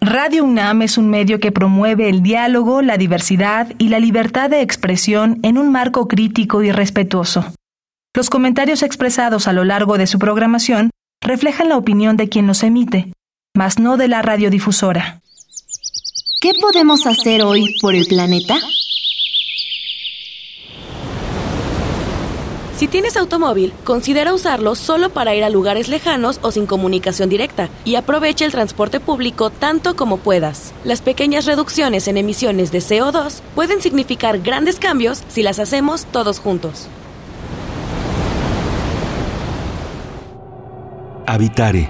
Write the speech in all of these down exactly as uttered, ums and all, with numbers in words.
Radio UNAM es un medio que promueve el diálogo, la diversidad y la libertad de expresión en un marco crítico y respetuoso. Los comentarios expresados a lo largo de su programación reflejan la opinión de quien los emite, mas no de la radiodifusora. ¿Qué podemos hacer hoy por el planeta? Si tienes automóvil, considera usarlo solo para ir a lugares lejanos o sin comunicación directa y aprovecha el transporte público tanto como puedas. Las pequeñas reducciones en emisiones de C O dos pueden significar grandes cambios si las hacemos todos juntos. Habitare.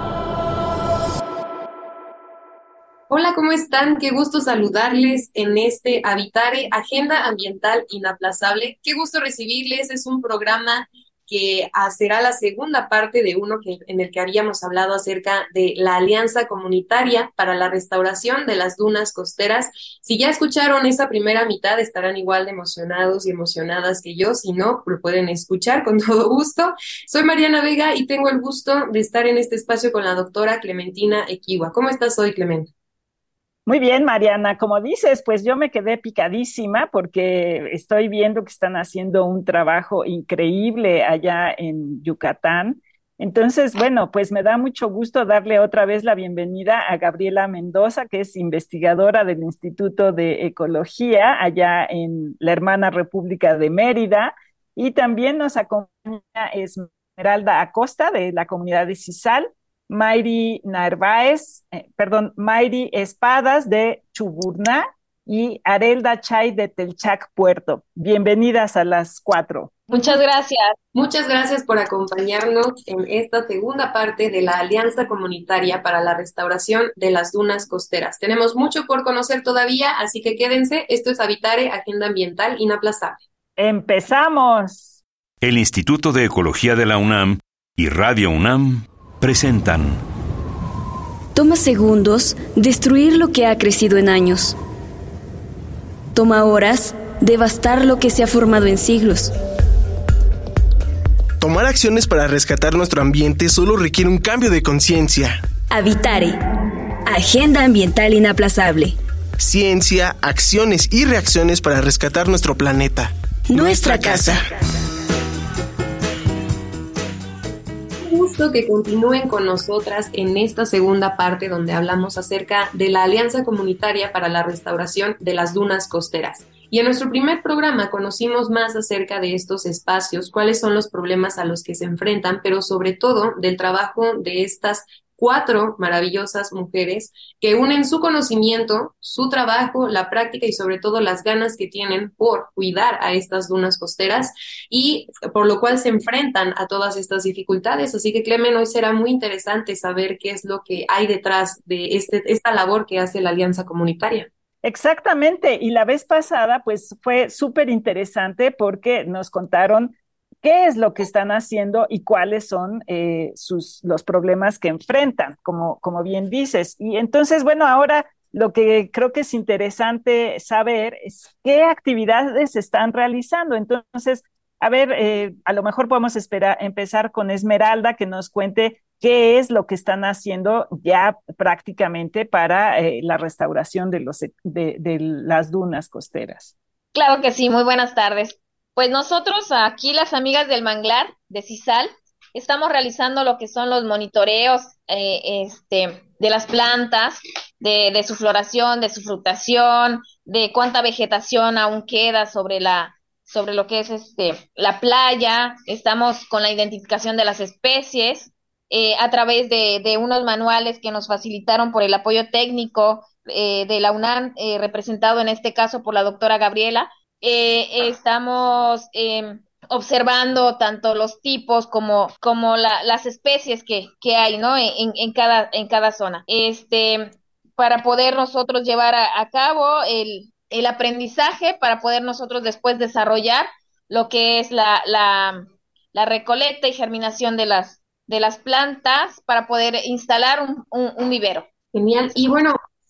Hola, ¿cómo están? Qué gusto saludarles en este Habitare, Agenda Ambiental Inaplazable. Qué gusto recibirles. Es un programa que será la segunda parte de uno que, en el que habíamos hablado acerca de la Alianza Comunitaria para la Restauración de las Dunas Costeras. Si ya escucharon esa primera mitad, estarán igual de emocionados y emocionadas que yo. Si no, lo pueden escuchar con todo gusto. Soy Mariana Vega y tengo el gusto de estar en este espacio con la doctora Clementina Equihua. ¿Cómo estás hoy, Clemente? Muy bien, Mariana. Como dices, pues yo me quedé picadísima porque estoy viendo que están haciendo un trabajo increíble allá en Yucatán. Entonces, bueno, pues me da mucho gusto darle otra vez la bienvenida a Gabriela Mendoza, que es investigadora del Instituto de Ecología allá en la hermana República de Mérida. Y también nos acompaña Esmeralda Acosta de la comunidad de Cisal, Mayri Narváez, eh, perdón, Mayri Espadas de Chuburná y Arelda Chay de Telchac Puerto. Bienvenidas a las cuatro. Muchas gracias. Muchas gracias por acompañarnos en esta segunda parte de la Alianza Comunitaria para la Restauración de las Dunas Costeras. Tenemos mucho por conocer todavía, así que quédense. Esto es Habitare, Agenda Ambiental Inaplazable. ¡Empezamos! El Instituto de Ecología de la UNAM y Radio UNAM presentan. Toma segundos destruir lo que ha crecido en años. Toma horas devastar lo que se ha formado en siglos. Tomar acciones para rescatar nuestro ambiente solo requiere un cambio de conciencia. Habitare. Agenda Ambiental Inaplazable. Ciencia, acciones y reacciones para rescatar nuestro planeta. Nuestra, nuestra casa. casa. Gusto que continúen con nosotras en esta segunda parte donde hablamos acerca de la Alianza Comunitaria para la Restauración de las Dunas Costeras. Y en nuestro primer programa conocimos más acerca de estos espacios, cuáles son los problemas a los que se enfrentan, pero sobre todo del trabajo de estas cuatro maravillosas mujeres que unen su conocimiento, su trabajo, la práctica y sobre todo las ganas que tienen por cuidar a estas dunas costeras y por lo cual se enfrentan a todas estas dificultades. Así que, Clemen, hoy será muy interesante saber qué es lo que hay detrás de este, esta labor que hace la Alianza Comunitaria. Exactamente, y la vez pasada pues fue súper interesante porque nos contaron qué es lo que están haciendo y cuáles son eh, sus, los problemas que enfrentan, como, como bien dices. Y entonces, bueno, ahora lo que creo que es interesante saber es qué actividades están realizando. Entonces, a ver, eh, a lo mejor podemos esperar, empezar con Esmeralda, que nos cuente qué es lo que están haciendo ya prácticamente para eh, la restauración de, los, de, de las dunas costeras. Claro que sí, muy buenas tardes. Pues nosotros aquí, las amigas del manglar de Cisal, estamos realizando lo que son los monitoreos eh, este, de las plantas, de, de su floración, de su fructación, de cuánta vegetación aún queda sobre la sobre lo que es este la playa. Estamos con la identificación de las especies eh, a través de, de unos manuales que nos facilitaron por el apoyo técnico eh, de la UNAM, eh, representado en este caso por la doctora Gabriela. Eh, estamos eh, observando tanto los tipos como, como la, las especies que, que hay, ¿no? En, en, cada, en cada zona. Este, para poder nosotros llevar a, a cabo el, el aprendizaje, para poder nosotros después desarrollar lo que es la, la, la recolecta y germinación de las, de las plantas para poder instalar un, un, un vivero. Genial. Y bueno,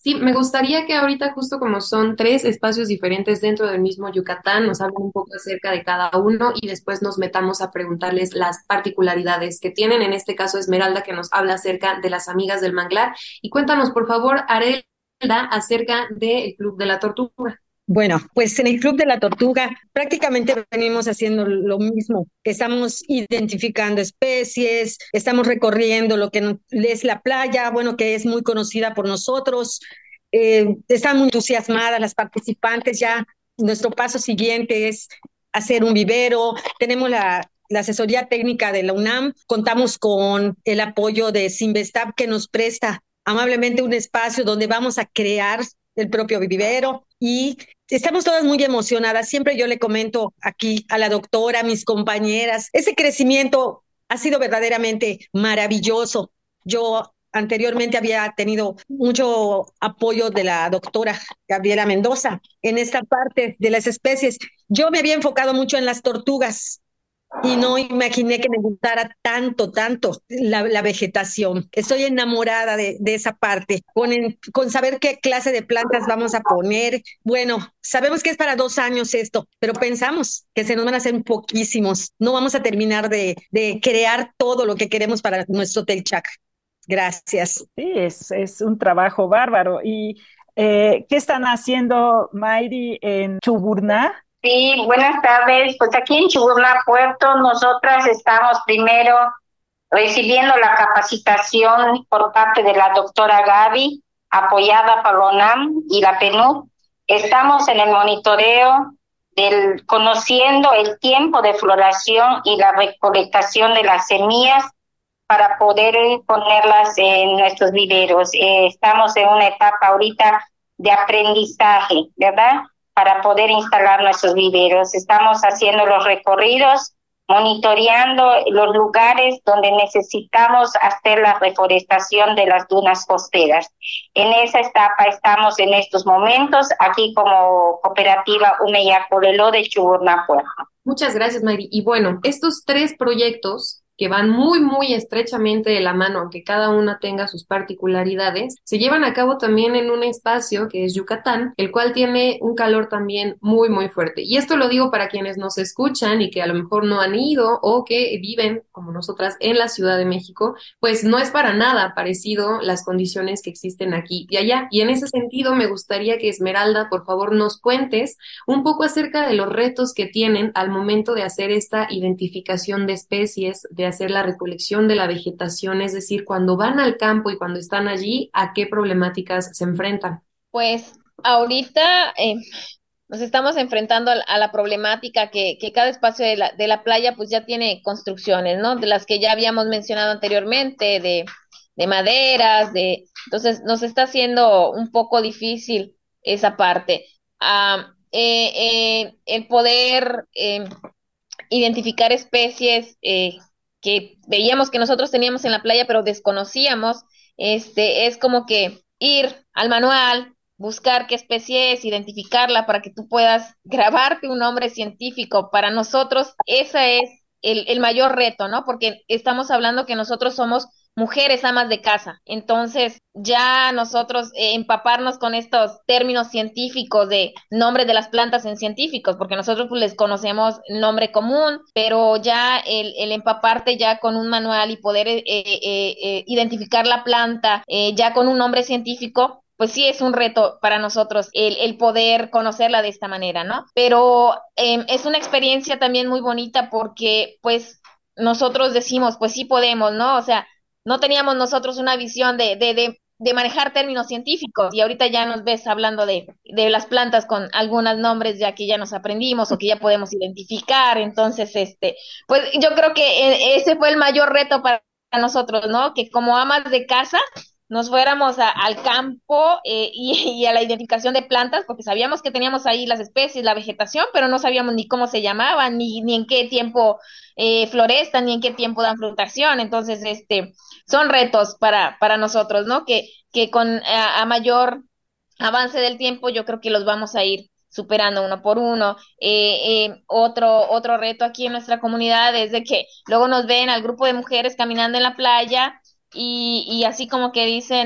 Sí, me gustaría que ahorita, justo como son tres espacios diferentes dentro del mismo Yucatán, nos hablen un poco acerca de cada uno y después nos metamos a preguntarles las particularidades que tienen. En este caso, Esmeralda, que nos habla acerca de las amigas del manglar. Y cuéntanos, por favor, Arelda, acerca del Club de la Tortuga. Bueno, pues en el Club de la Tortuga prácticamente venimos haciendo lo mismo. Estamos identificando especies, estamos recorriendo lo que no- es la playa, bueno, que es muy conocida por nosotros. Eh, están muy entusiasmadas las participantes ya. Nuestro paso siguiente es hacer un vivero. Tenemos la, la asesoría técnica de la UNAM. Contamos con el apoyo de Sinvestab, que nos presta amablemente un espacio donde vamos a crear el propio vivero y estamos todas muy emocionadas. Siempre yo le comento aquí a la doctora, a mis compañeras, ese crecimiento ha sido verdaderamente maravilloso. Yo anteriormente había tenido mucho apoyo de la doctora Gabriela Mendoza en esta parte de las especies. Yo me había enfocado mucho en las tortugas y no imaginé que me gustara tanto, tanto la, la vegetación. Estoy enamorada de, de esa parte, con, el- con saber qué clase de plantas vamos a poner. Bueno, sabemos que es para dos años esto, pero pensamos que se nos van a hacer poquísimos. No vamos a terminar de, de crear todo lo que queremos para nuestro Hotel Chac. Gracias. Sí, es, es un trabajo bárbaro. ¿Y eh, qué están haciendo, Mayri, en Chuburná? Sí, buenas tardes. Pues aquí en Chuburná, Puerto, nosotras estamos primero recibiendo la capacitación por parte de la doctora Gaby, apoyada por la UNAM y la PNUD. Estamos en el monitoreo del conociendo el tiempo de floración y la recolectación de las semillas para poder ponerlas en nuestros viveros. Eh, estamos en una etapa ahorita de aprendizaje, ¿verdad? Para poder instalar nuestros viveros. Estamos haciendo los recorridos, monitoreando los lugares donde necesitamos hacer la reforestación de las dunas costeras. En esa etapa estamos en estos momentos, aquí como cooperativa Umeyacolelo de Chuburná, Puerto. Muchas gracias, Mayri. Y bueno, estos tres proyectos que van muy, muy estrechamente de la mano, aunque cada una tenga sus particularidades, se llevan a cabo también en un espacio que es Yucatán, el cual tiene un calor también muy, muy fuerte. Y esto lo digo para quienes nos escuchan y que a lo mejor no han ido o que viven, como nosotras, en la Ciudad de México, pues no es para nada parecido las condiciones que existen aquí y allá. Y en ese sentido, me gustaría que Esmeralda, por favor, nos cuentes un poco acerca de los retos que tienen al momento de hacer esta identificación de especies, de hacer la recolección de la vegetación, es decir, cuando van al campo y cuando están allí, ¿a qué problemáticas se enfrentan? Pues ahorita eh, nos estamos enfrentando a la, a la problemática que, que cada espacio de la, de la playa pues ya tiene construcciones, ¿no? De las que ya habíamos mencionado anteriormente, de, de maderas, de... Entonces nos está haciendo un poco difícil esa parte. Ah, eh, eh, el poder eh, identificar especies eh, que veíamos que nosotros teníamos en la playa, pero desconocíamos, este, es como que ir al manual, buscar qué especie es, identificarla para que tú puedas grabarte un nombre científico. Para nosotros, ese es el, el mayor reto, ¿no? Porque estamos hablando que nosotros somos mujeres amas de casa. Entonces, ya nosotros eh, empaparnos con estos términos científicos de nombres de las plantas en científicos, porque nosotros pues, les conocemos el nombre común, pero ya el, el empaparte ya con un manual y poder eh, eh, eh, identificar la planta eh, ya con un nombre científico, pues sí es un reto para nosotros el, el poder conocerla de esta manera, ¿no? Pero eh, es una experiencia también muy bonita porque pues nosotros decimos, pues sí podemos, ¿no? O sea, no teníamos nosotros una visión de, de, de, de manejar términos científicos y ahorita ya nos ves hablando de, de las plantas con algunos nombres ya que ya nos aprendimos o que ya podemos identificar. Entonces, este, pues yo creo que ese fue el mayor reto para nosotros, ¿no? Que como amas de casa nos fuéramos a, al campo eh, y, y a la identificación de plantas, porque sabíamos que teníamos ahí las especies, la vegetación, pero no sabíamos ni cómo se llamaban, ni, ni en qué tiempo eh, florestan, ni en qué tiempo dan flotación. Entonces, este, son retos para, para nosotros, ¿no? Que, que con a, a mayor avance del tiempo, yo creo que los vamos a ir superando uno por uno. Eh, eh, otro, otro reto aquí en nuestra comunidad es de que luego nos ven al grupo de mujeres caminando en la playa y, y así como que dicen,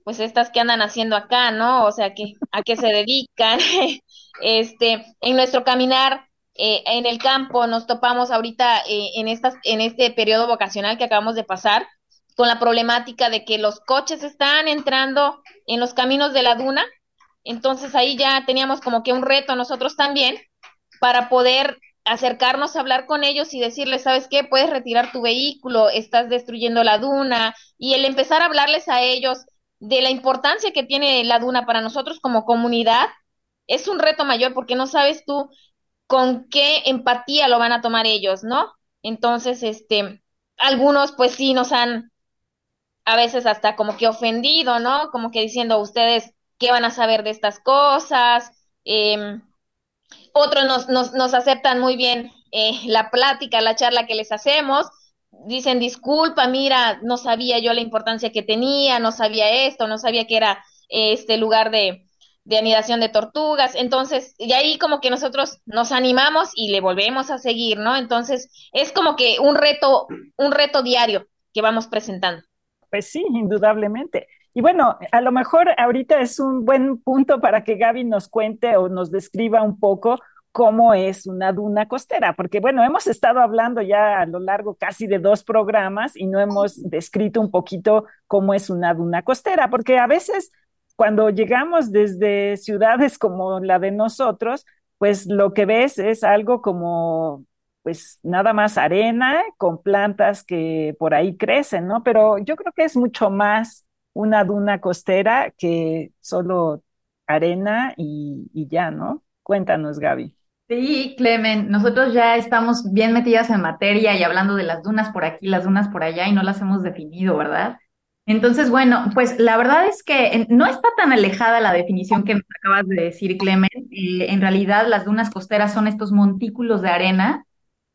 pues estas que andan haciendo acá, ¿no? O sea, que a qué se dedican. Este, en nuestro caminar eh, en el campo nos topamos ahorita eh, en estas, en este periodo vocacional que acabamos de pasar, con la problemática de que los coches están entrando en los caminos de la duna. Entonces ahí ya teníamos como que un reto nosotros también para poder acercarnos a hablar con ellos y decirles, ¿sabes qué? Puedes retirar tu vehículo, estás destruyendo la duna, y el empezar a hablarles a ellos de la importancia que tiene la duna para nosotros como comunidad es un reto mayor, porque no sabes tú con qué empatía lo van a tomar ellos, ¿no? Entonces, este, algunos pues sí nos han a veces hasta como que ofendido, ¿no? Como que diciendo, ustedes, ¿qué van a saber de estas cosas? Eh, otros nos, nos, nos aceptan muy bien eh, la plática, la charla que les hacemos. Dicen, disculpa, mira, no sabía yo la importancia que tenía, no sabía esto, no sabía que era eh, este lugar de, de anidación de tortugas. Entonces, y ahí como que nosotros nos animamos y le volvemos a seguir, ¿no? Entonces, es como que un reto, un reto diario que vamos presentando. Pues sí, indudablemente. Y bueno, a lo mejor ahorita es un buen punto para que Gaby nos cuente o nos describa un poco cómo es una duna costera, porque bueno, hemos estado hablando ya a lo largo casi de dos programas y no hemos descrito un poquito cómo es una duna costera, porque a veces cuando llegamos desde ciudades como la de nosotros, pues lo que ves es algo como pues nada más arena con plantas que por ahí crecen, ¿no? Pero yo creo que es mucho más una duna costera que solo arena y, y ya, ¿no? Cuéntanos, Gaby. Sí, Clemen, nosotros ya estamos bien metidas en materia y hablando de las dunas por aquí, las dunas por allá y no las hemos definido, ¿verdad? Entonces, bueno, pues la verdad es que no está tan alejada la definición que nos acabas de decir, Clemen. Eh, en realidad, las dunas costeras son estos montículos de arena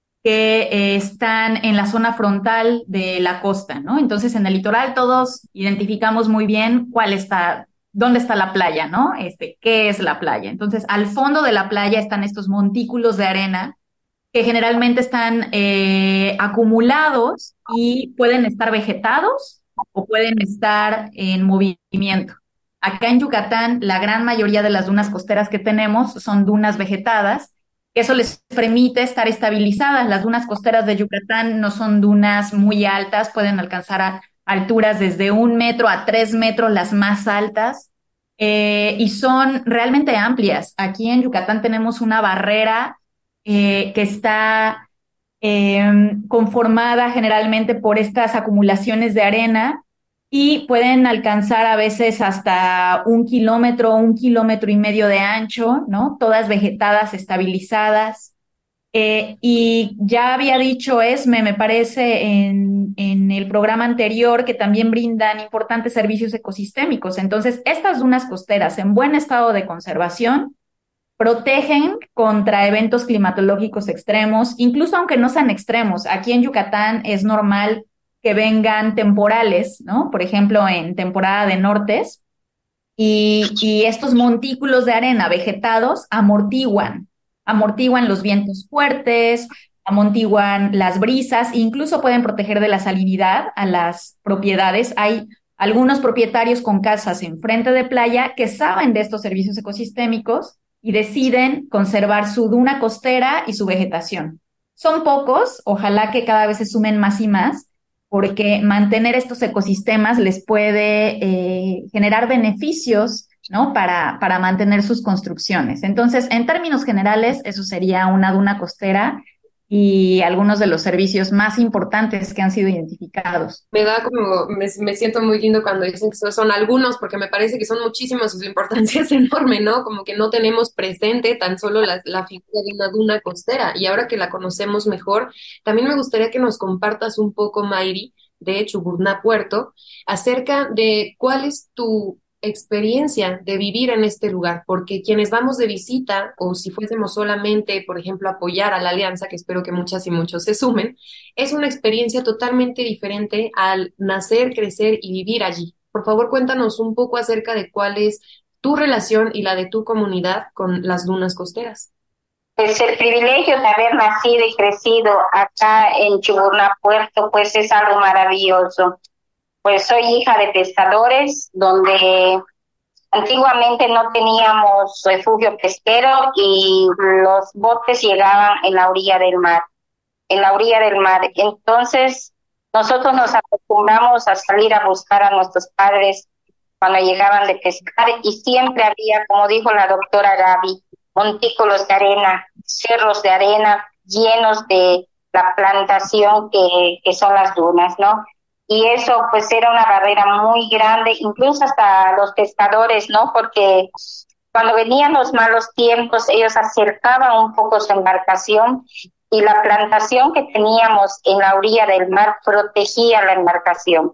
que eh, están en la zona frontal de la costa, ¿no? Entonces, en el litoral todos identificamos muy bien cuál está, dónde está la playa, ¿no? Este, ¿qué es la playa? Entonces, al fondo de la playa están estos montículos de arena que generalmente están eh, acumulados y pueden estar vegetados o pueden estar en movimiento. Acá en Yucatán, la gran mayoría de las dunas costeras que tenemos son dunas vegetadas. Eso les permite estar estabilizadas. Las dunas costeras de Yucatán no son dunas muy altas, pueden alcanzar a alturas desde un metro a tres metros, las más altas, eh, y son realmente amplias. Aquí en Yucatán tenemos una barrera eh, que está eh, conformada generalmente por estas acumulaciones de arena y pueden alcanzar a veces hasta un kilómetro, un kilómetro y medio de ancho, ¿no? Todas vegetadas, estabilizadas. Eh, y ya había dicho Esme, me parece, en, en el programa anterior, que también brindan importantes servicios ecosistémicos. Entonces, estas dunas costeras en buen estado de conservación protegen contra eventos climatológicos extremos, incluso aunque no sean extremos. Aquí en Yucatán es normal que vengan temporales, ¿no? Por ejemplo, en temporada de nortes, y, y estos montículos de arena vegetados amortiguan, amortiguan los vientos fuertes, amortiguan las brisas, incluso pueden proteger de la salinidad a las propiedades. Hay algunos propietarios con casas enfrente de playa que saben de estos servicios ecosistémicos y deciden conservar su duna costera y su vegetación. Son pocos, ojalá que cada vez se sumen más y más, porque mantener estos ecosistemas les puede eh, generar beneficios, ¿no? Para, para mantener sus construcciones. Entonces, en términos generales, eso sería una duna costera y algunos de los servicios más importantes que han sido identificados. Me da como, me, me siento muy lindo cuando dicen que son algunos, porque me parece que son muchísimos y su importancia es enorme, ¿no? Como que no tenemos presente tan solo la, la figura de una duna costera, y ahora que la conocemos mejor, también me gustaría que nos compartas un poco, Mayri, de Chuburná Puerto, acerca de cuál es tu experiencia de vivir en este lugar, porque quienes vamos de visita, o si fuésemos solamente, por ejemplo, apoyar a la alianza, que espero que muchas y muchos se sumen, es una experiencia totalmente diferente al nacer, crecer y vivir allí. Por favor, cuéntanos un poco acerca de cuál es tu relación y la de tu comunidad con las dunas costeras. Pues el privilegio de haber nacido y crecido acá en Chuburná Puerto, pues es algo maravilloso, pues soy hija de pescadores, donde antiguamente no teníamos refugio pesquero y los botes llegaban en la orilla del mar, en la orilla del mar. Entonces, nosotros nos acostumbramos a salir a buscar a nuestros padres cuando llegaban de pescar y siempre había, como dijo la doctora Gaby, montículos de arena, cerros de arena llenos de la plantación que, que son las dunas, ¿no? Y eso pues era una barrera muy grande, incluso hasta los pescadores, ¿no? Porque cuando venían los malos tiempos, ellos acercaban un poco su embarcación y la plantación que teníamos en la orilla del mar protegía la embarcación.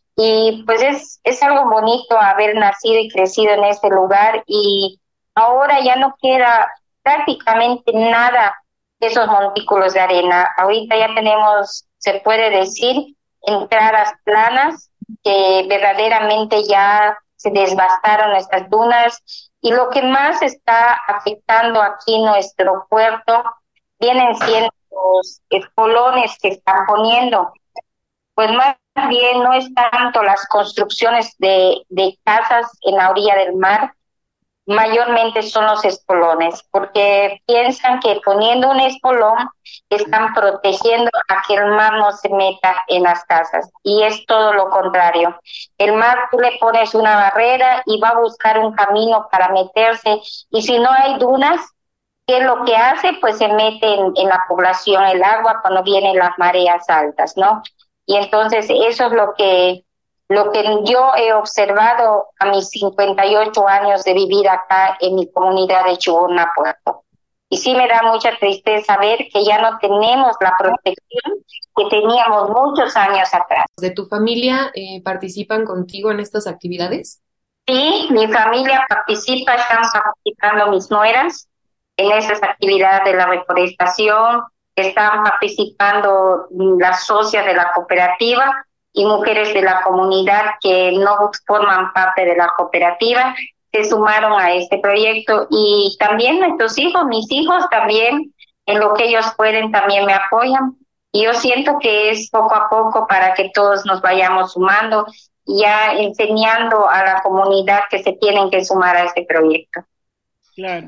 Y pues es, es algo bonito haber nacido y crecido en ese lugar, y ahora ya no queda prácticamente nada de esos montículos de arena. Ahorita ya tenemos, se puede decir, entradas planas que verdaderamente ya se desbastaron estas dunas, y lo que más está afectando aquí nuestro puerto vienen siendo los espolones que están poniendo. Pues más bien no es tanto las construcciones de, de casas en la orilla del mar, mayormente son los espolones, porque piensan que poniendo un espolón están protegiendo a que el mar no se meta en las casas, y es todo lo contrario. El mar, tú le pones una barrera y va a buscar un camino para meterse, y si no hay dunas, ¿qué es lo que hace? Pues se mete en, en la población el agua cuando vienen las mareas altas, ¿no? Y entonces eso es lo que Lo que yo he observado a mis cincuenta y ocho años de vivir acá en mi comunidad de Chuburná Puerto. Y sí me da mucha tristeza ver que ya no tenemos la protección que teníamos muchos años atrás. ¿De tu familia eh, participan contigo en estas actividades? Sí, mi familia participa, están participando mis nueras en esas actividades de la reforestación, están participando las socias de la cooperativa y mujeres de la comunidad que no forman parte de la cooperativa, se sumaron a este proyecto, y también nuestros hijos, mis hijos también, en lo que ellos pueden también me apoyan, y yo siento que es poco a poco para que todos nos vayamos sumando, ya enseñando a la comunidad que se tienen que sumar a este proyecto. Claro.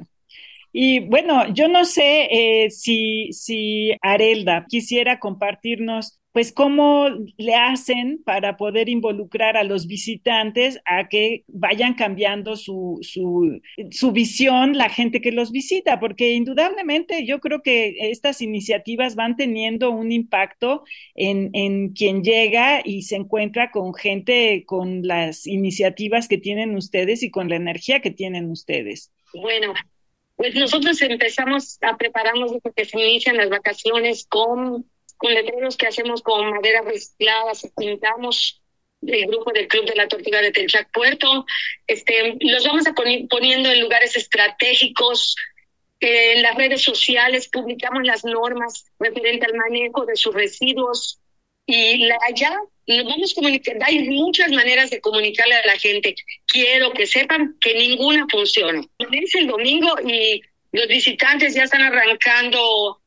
Y bueno, yo no sé eh, si, si Arelda quisiera compartirnos pues cómo le hacen para poder involucrar a los visitantes a que vayan cambiando su, su, su visión, la gente que los visita, porque indudablemente yo creo que estas iniciativas van teniendo un impacto en, en quien llega y se encuentra con gente con las iniciativas que tienen ustedes y con la energía que tienen ustedes. Bueno, pues nosotros empezamos a prepararnos desde que se inician las vacaciones con... con letreros que hacemos con madera reciclada, pintamos el grupo del Club de la Tortuga de Telchac Puerto, este, los vamos a poni- poniendo en lugares estratégicos, eh, en las redes sociales publicamos las normas referente al manejo de sus residuos, y la, allá nos vamos comunicando. Hay muchas maneras de comunicarle a la gente. Quiero que sepan que ninguna funciona. Es el domingo y los visitantes ya están arrancando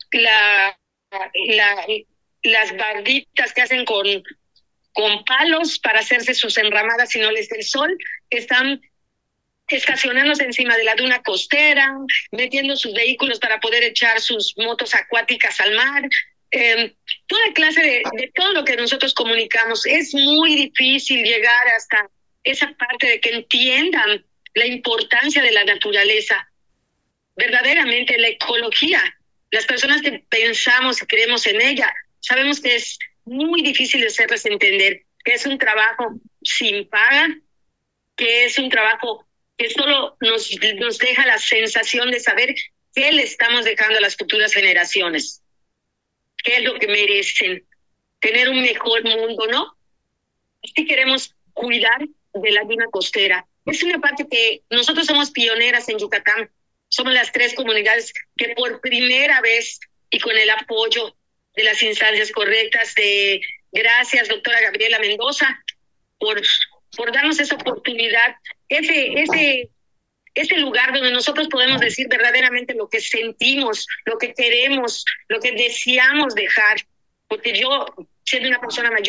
la La, las barditas que hacen con, con palos para hacerse sus enramadas y no les dé el sol, están estacionándose encima de la duna costera, metiendo sus vehículos para poder echar sus motos acuáticas al mar, eh, toda clase de, de todo lo que nosotros comunicamos. Es muy difícil llegar hasta esa parte de que entiendan la importancia de la naturaleza, verdaderamente la ecología. Las personas que pensamos y creemos en ella, sabemos que es muy difícil de hacerles entender que es un trabajo sin paga, que es un trabajo que solo nos, nos deja la sensación de saber qué le estamos dejando a las futuras generaciones, qué es lo que merecen, tener un mejor mundo, ¿no? Así queremos cuidar de la duna costera. Es una parte que nosotros somos pioneras en Yucatán. Somos las tres comunidades que por primera vez y con el apoyo de las instancias correctas, de gracias doctora Gabriela Mendoza por, por darnos esa oportunidad, ese, ese, ese lugar donde nosotros podemos decir verdaderamente lo que sentimos, lo que queremos, lo que deseamos dejar. Porque yo, siendo una persona mayor,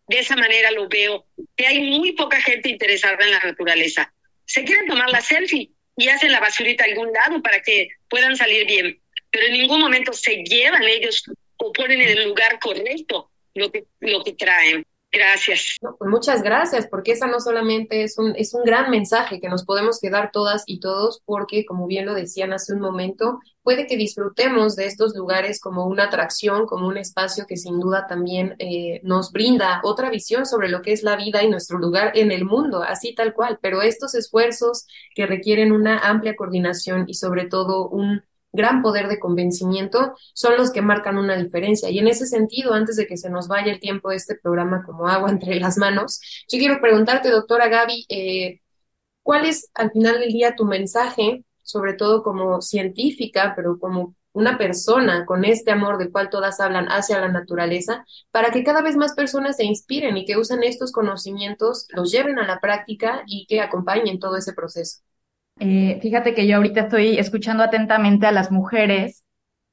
de esa manera lo veo, que hay muy poca gente interesada en la naturaleza. Se quieren tomar la selfie y hacen la basurita a algún lado para que puedan salir bien, pero en ningún momento se llevan ellos o ponen en el lugar correcto lo que, lo que traen. Gracias. No, pues muchas gracias, porque esa no solamente es un, es un gran mensaje que nos podemos quedar todas y todos, porque como bien lo decían hace un momento, puede que disfrutemos de estos lugares como una atracción, como un espacio que sin duda también eh, nos brinda otra visión sobre lo que es la vida y nuestro lugar en el mundo, así tal cual, pero estos esfuerzos que requieren una amplia coordinación y sobre todo un gran poder de convencimiento, son los que marcan una diferencia. Y en ese sentido, antes de que se nos vaya el tiempo de este programa como agua entre las manos, yo quiero preguntarte, doctora Gaby, eh, ¿cuál es al final del día tu mensaje, sobre todo como científica, pero como una persona con este amor del cual todas hablan hacia la naturaleza, para que cada vez más personas se inspiren y que usen estos conocimientos, los lleven a la práctica y que acompañen todo ese proceso? Eh, fíjate que yo ahorita estoy escuchando atentamente a las mujeres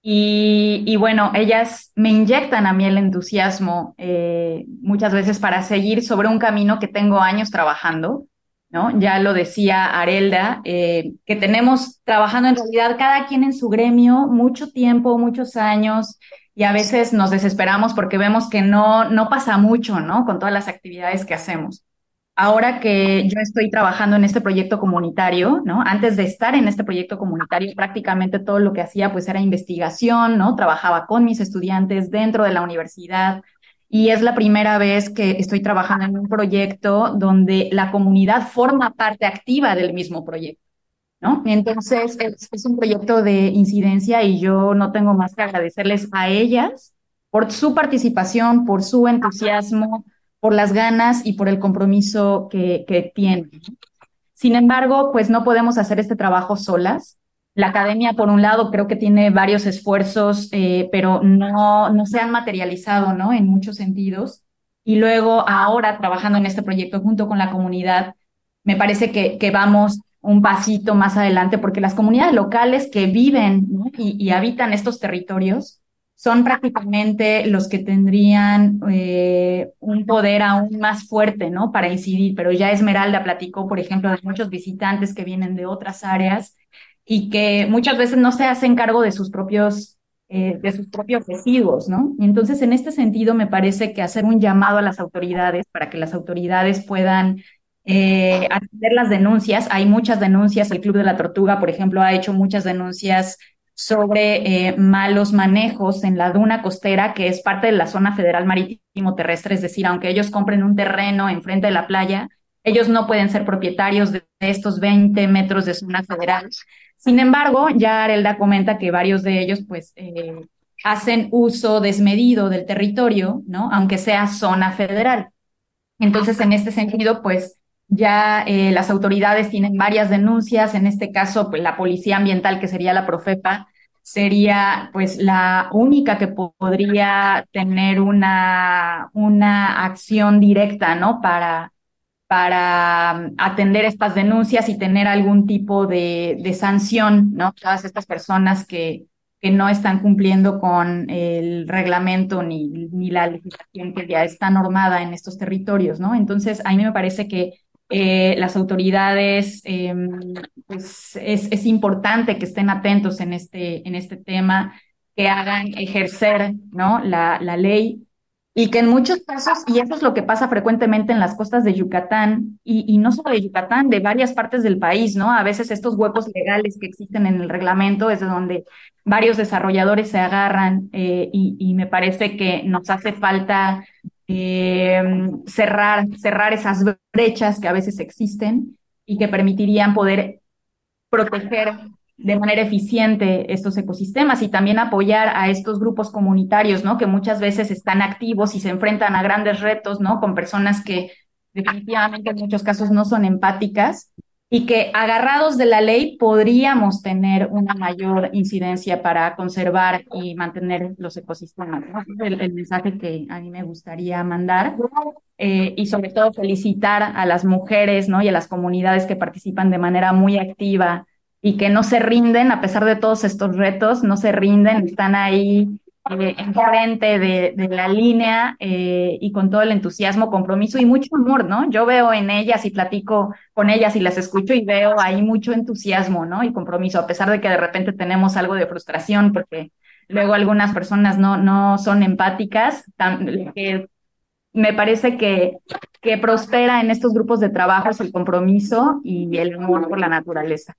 y, y bueno, ellas me inyectan a mí el entusiasmo eh, muchas veces para seguir sobre un camino que tengo años trabajando, ¿no? Ya lo decía Arelda, eh, que tenemos trabajando en realidad cada quien en su gremio mucho tiempo, muchos años, y a veces nos desesperamos porque vemos que no, no pasa mucho, ¿no? Con todas las actividades que hacemos. Ahora que yo estoy trabajando en este proyecto comunitario, ¿no? Antes de estar en este proyecto comunitario, prácticamente todo lo que hacía pues era investigación, ¿no? Trabajaba con mis estudiantes dentro de la universidad y es la primera vez que estoy trabajando en un proyecto donde la comunidad forma parte activa del mismo proyecto, ¿no? Entonces es, es un proyecto de incidencia y yo no tengo más que agradecerles a ellas por su participación, por su entusiasmo, por las ganas y por el compromiso que, que tienen. Sin embargo, pues no podemos hacer este trabajo solas. La academia, por un lado, creo que tiene varios esfuerzos, eh, pero no, no se han materializado, ¿no? En muchos sentidos. Y luego, ahora, trabajando en este proyecto junto con la comunidad, me parece que, que vamos un pasito más adelante, porque las comunidades locales que viven, ¿no? y, y habitan estos territorios son prácticamente los que tendrían eh, un poder aún más fuerte, ¿no? Para incidir, pero ya Esmeralda platicó, por ejemplo, de muchos visitantes que vienen de otras áreas y que muchas veces no se hacen cargo de sus propios, eh, de sus propios residuos, ¿no? Y entonces, en este sentido, me parece que hacer un llamado a las autoridades para que las autoridades puedan eh, atender las denuncias. Hay muchas denuncias, el Club de la Tortuga, por ejemplo, ha hecho muchas denuncias sobre eh, malos manejos en la duna costera, que es parte de la zona federal marítimo terrestre, es decir, aunque ellos compren un terreno enfrente de la playa, ellos no pueden ser propietarios de estos veinte metros de zona federal. Sin embargo, ya Arelda comenta que varios de ellos pues eh, hacen uso desmedido del territorio, ¿no? Aunque sea zona federal. Entonces, en este sentido, pues ya eh, las autoridades tienen varias denuncias, en este caso, pues la Policía Ambiental, que sería la Profepa, sería pues la única que po- podría tener una, una acción directa, ¿no? Para, para um, atender estas denuncias y tener algún tipo de, de sanción, ¿no? Todas estas personas que, que no están cumpliendo con el reglamento ni, ni la legislación que ya está normada en estos territorios, ¿no? Entonces, a mí me parece que eh, las autoridades, eh, pues es, es importante que estén atentos en este, en este tema, que hagan ejercer, ¿no? la, la ley y que en muchos casos, y eso es lo que pasa frecuentemente en las costas de Yucatán, y, y no solo de Yucatán, de varias partes del país, ¿no? A veces estos huecos legales que existen en el reglamento es de donde varios desarrolladores se agarran eh, y, y me parece que nos hace falta eh, cerrar, cerrar esas brechas que a veces existen y que permitirían poder proteger de manera eficiente estos ecosistemas y también apoyar a estos grupos comunitarios, ¿no? Que muchas veces están activos y se enfrentan a grandes retos, ¿no? Con personas que definitivamente en muchos casos no son empáticas y que agarrados de la ley podríamos tener una mayor incidencia para conservar y mantener los ecosistemas, ¿no? Ese es el, el mensaje que a mí me gustaría mandar. Eh, y sobre todo felicitar a las mujeres, ¿no? Y a las comunidades que participan de manera muy activa y que no se rinden a pesar de todos estos retos, no se rinden, están ahí eh, enfrente de, de la línea eh, y con todo el entusiasmo, compromiso y mucho amor, ¿no? Yo veo en ellas y platico con ellas y las escucho y veo ahí mucho entusiasmo, ¿no? Y compromiso, a pesar de que de repente tenemos algo de frustración porque luego algunas personas no, no son empáticas, tan, que me parece que, que prospera en estos grupos de trabajo es el compromiso y el amor por la naturaleza.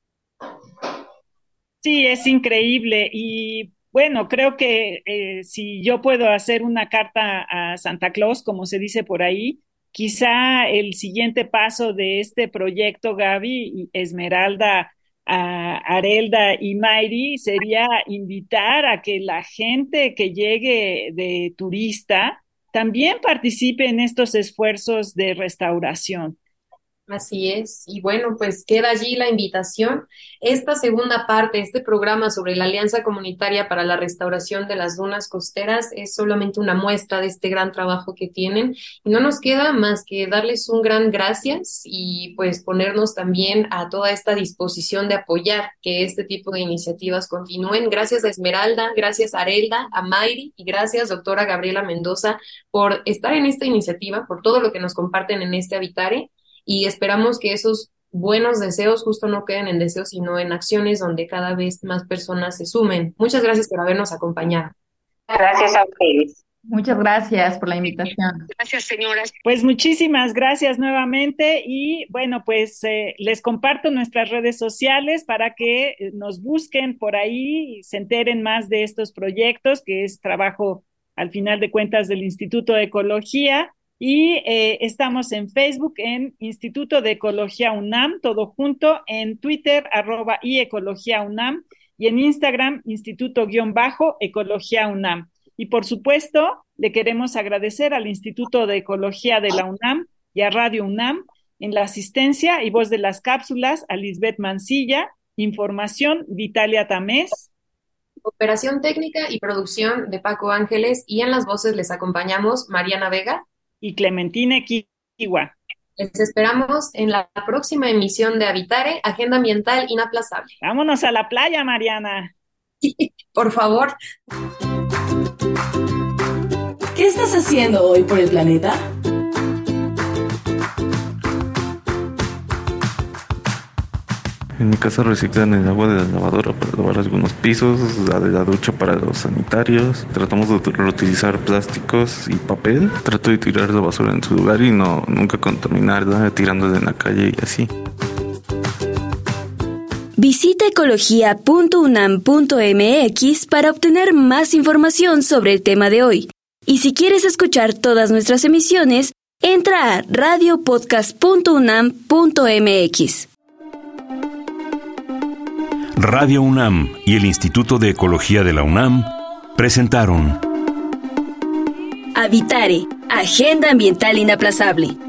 Sí, es increíble y bueno, creo que eh, si yo puedo hacer una carta a Santa Claus, como se dice por ahí, quizá el siguiente paso de este proyecto, Gaby, Esmeralda, a Arelda y Mayri, sería invitar a que la gente que llegue de turista también participe en estos esfuerzos de restauración. Así es, y bueno, pues queda allí la invitación. Esta segunda parte, este programa sobre la Alianza Comunitaria para la Restauración de las Dunas Costeras es solamente una muestra de este gran trabajo que tienen y no nos queda más que darles un gran gracias y pues ponernos también a toda esta disposición de apoyar que este tipo de iniciativas continúen. Gracias a Esmeralda, gracias a Arelda, a Mayri y gracias doctora Gabriela Mendoza por estar en esta iniciativa, por todo lo que nos comparten en este Habitare. Y esperamos que esos buenos deseos justo no queden en deseos, sino en acciones donde cada vez más personas se sumen. Muchas gracias por habernos acompañado. Gracias a ustedes. Muchas gracias por la invitación. Gracias, señoras. Pues muchísimas gracias nuevamente y bueno, pues eh, les comparto nuestras redes sociales para que nos busquen por ahí y se enteren más de estos proyectos, que es trabajo al final de cuentas del Instituto de Ecología. Y eh, estamos en Facebook, en Instituto de Ecología UNAM, todo junto, en Twitter, arroba y Ecología UNAM, y en Instagram, Instituto-Ecología UNAM. Y por supuesto, le queremos agradecer al Instituto de Ecología de la UNAM y a Radio UNAM en la asistencia y voz de las cápsulas a Lisbeth Mancilla, información Vitalia Tamés. Operación técnica y producción de Paco Ángeles y en las voces les acompañamos Mariana Vega y Clementina Kiwa. Les esperamos en la próxima emisión de Habitare, Agenda Ambiental Inaplazable. Vámonos a la playa, Mariana. Por favor. ¿Qué estás haciendo hoy por el planeta? En mi casa reciclan el agua de la lavadora para lavar algunos pisos, la de la ducha para los sanitarios. Tratamos de reutilizar plásticos y papel. Trato de tirar la basura en su lugar y no nunca contaminarla tirándola en la calle y así. Visita ecología punto unam punto mx para obtener más información sobre el tema de hoy. Y si quieres escuchar todas nuestras emisiones, entra a radio podcast punto unam punto mx. Radio UNAM y el Instituto de Ecología de la UNAM presentaron Habitare, Agenda Ambiental Inaplazable.